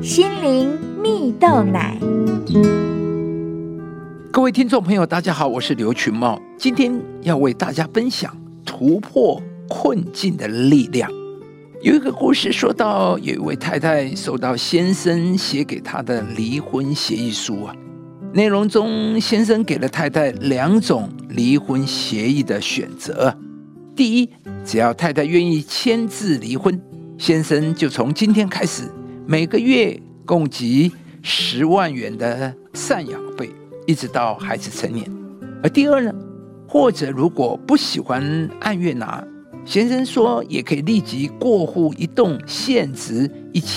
心灵蜜豆奶。 各位听众朋友大家好，我是刘群茂，今天要为大家分享突破困境的力量。有一个故事说到，有一位太太收到先生写给她的离婚协议书内容中先生给了太太2种离婚协议的选择。第一，只要太太愿意签字离婚，先生就从今天开始每个月共给10万元的赡养费，一直到孩子成年。而第二呢，或者如果不喜欢按月拿，先生说也可以立即过户一栋现值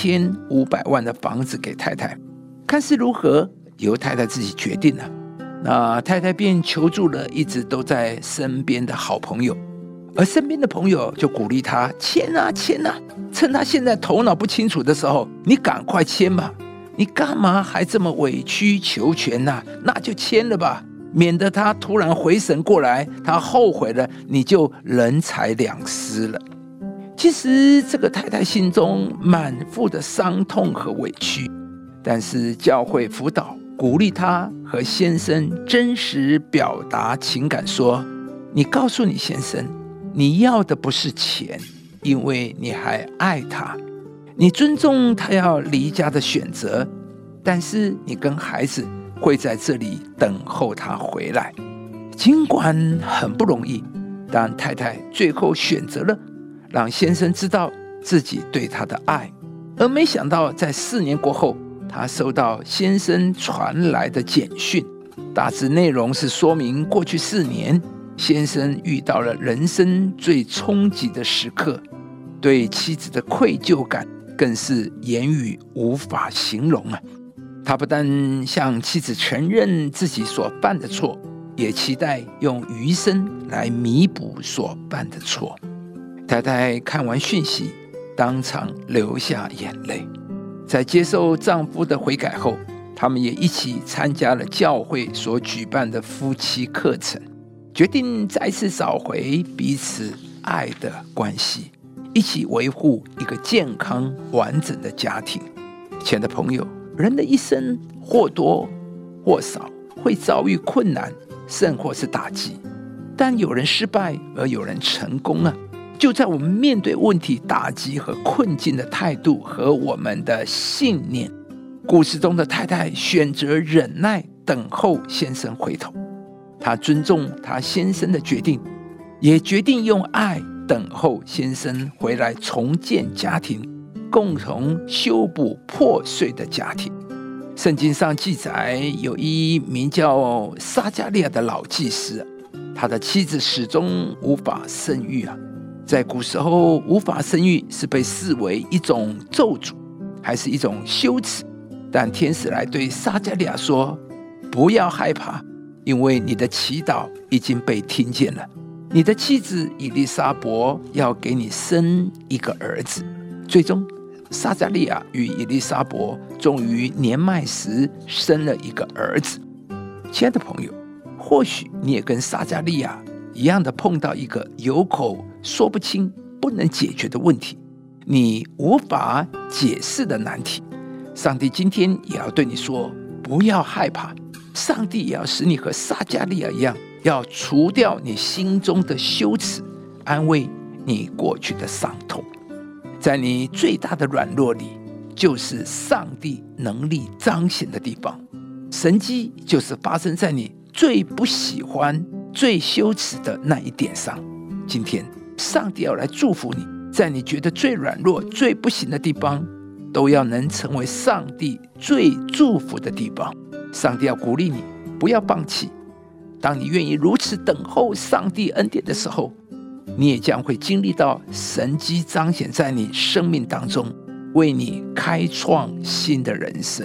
1500万的房子给太太，看是如何由太太自己决定了。那太太便求助了一直都在身边的好朋友，而身边的朋友就鼓励他签啊签啊，趁他现在头脑不清楚的时候，你赶快签吧，你干嘛还这么委曲求全啊？那就签了吧，免得他突然回神过来，他后悔了，你就人财两失了。其实这个太太心中满腹的伤痛和委屈，但是教会辅导鼓励她和先生真实表达情感，说你告诉你先生，你要的不是钱，因为你还爱他，你尊重他要离家的选择，但是你跟孩子会在这里等候他回来。尽管很不容易，但太太最后选择了让先生知道自己对他的爱。而没想到在4年过后，他收到先生传来的简讯，大致内容是说明过去4年先生遇到了人生最冲击的时刻，对妻子的愧疚感更是言语无法形容他不但向妻子承认自己所犯的错，也期待用余生来弥补所犯的错。太太看完讯息，当场流下眼泪。在接受丈夫的悔改后，他们也一起参加了教会所举办的夫妻课程，决定再次找回彼此爱的关系，一起维护一个健康完整的家庭。亲爱的朋友，人的一生或多或少会遭遇困难，甚或是打击，但有人失败而有人成功就在我们面对问题、打击和困境的态度和我们的信念。故事中的太太选择忍耐等候先生回头，她尊重她先生的决定，也决定用爱等候先生回来，重建家庭，共同修补破碎的家庭。圣经上记载，有一名叫撒迦利亚的老祭司，他的妻子始终无法生育在古时候，无法生育是被视为一种咒诅，还是一种羞耻。但天使来对撒迦利亚说，不要害怕，因为你的祈祷已经被听见了，你的妻子以利沙伯要给你生一个儿子。最终撒迦利亚与以利沙伯终于年迈时生了一个儿子。亲爱的朋友，或许你也跟撒迦利亚一样的碰到一个有口说不清、不能解决的问题，你无法解释的难题。上帝今天也要对你说，不要害怕，上帝也要使你和撒迦利亚一样，要除掉你心中的羞耻，安慰你过去的伤痛。在你最大的软弱里，就是上帝能力彰显的地方。神迹就是发生在你最不喜欢、最羞耻的那一点上。今天上帝要来祝福你，在你觉得最软弱、最不行的地方，都要能成为上帝最祝福的地方。上帝要鼓励你，不要放弃。当你愿意如此等候上帝恩典的时候，你也将会经历到神迹彰显在你生命当中，为你开创新的人生。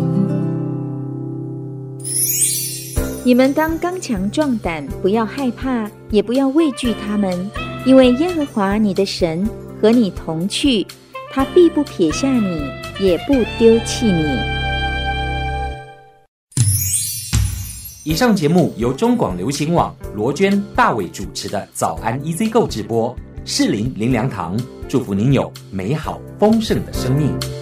你们当刚强壮胆，不要害怕，也不要畏惧他们，因为耶和华你的神和你同去，他必不撇下你，也不丢弃你。 以上节目由中广流行网罗娟、大伟主持的早安 EZ 购直播，士林灵粮堂祝福您有美好丰盛的生命。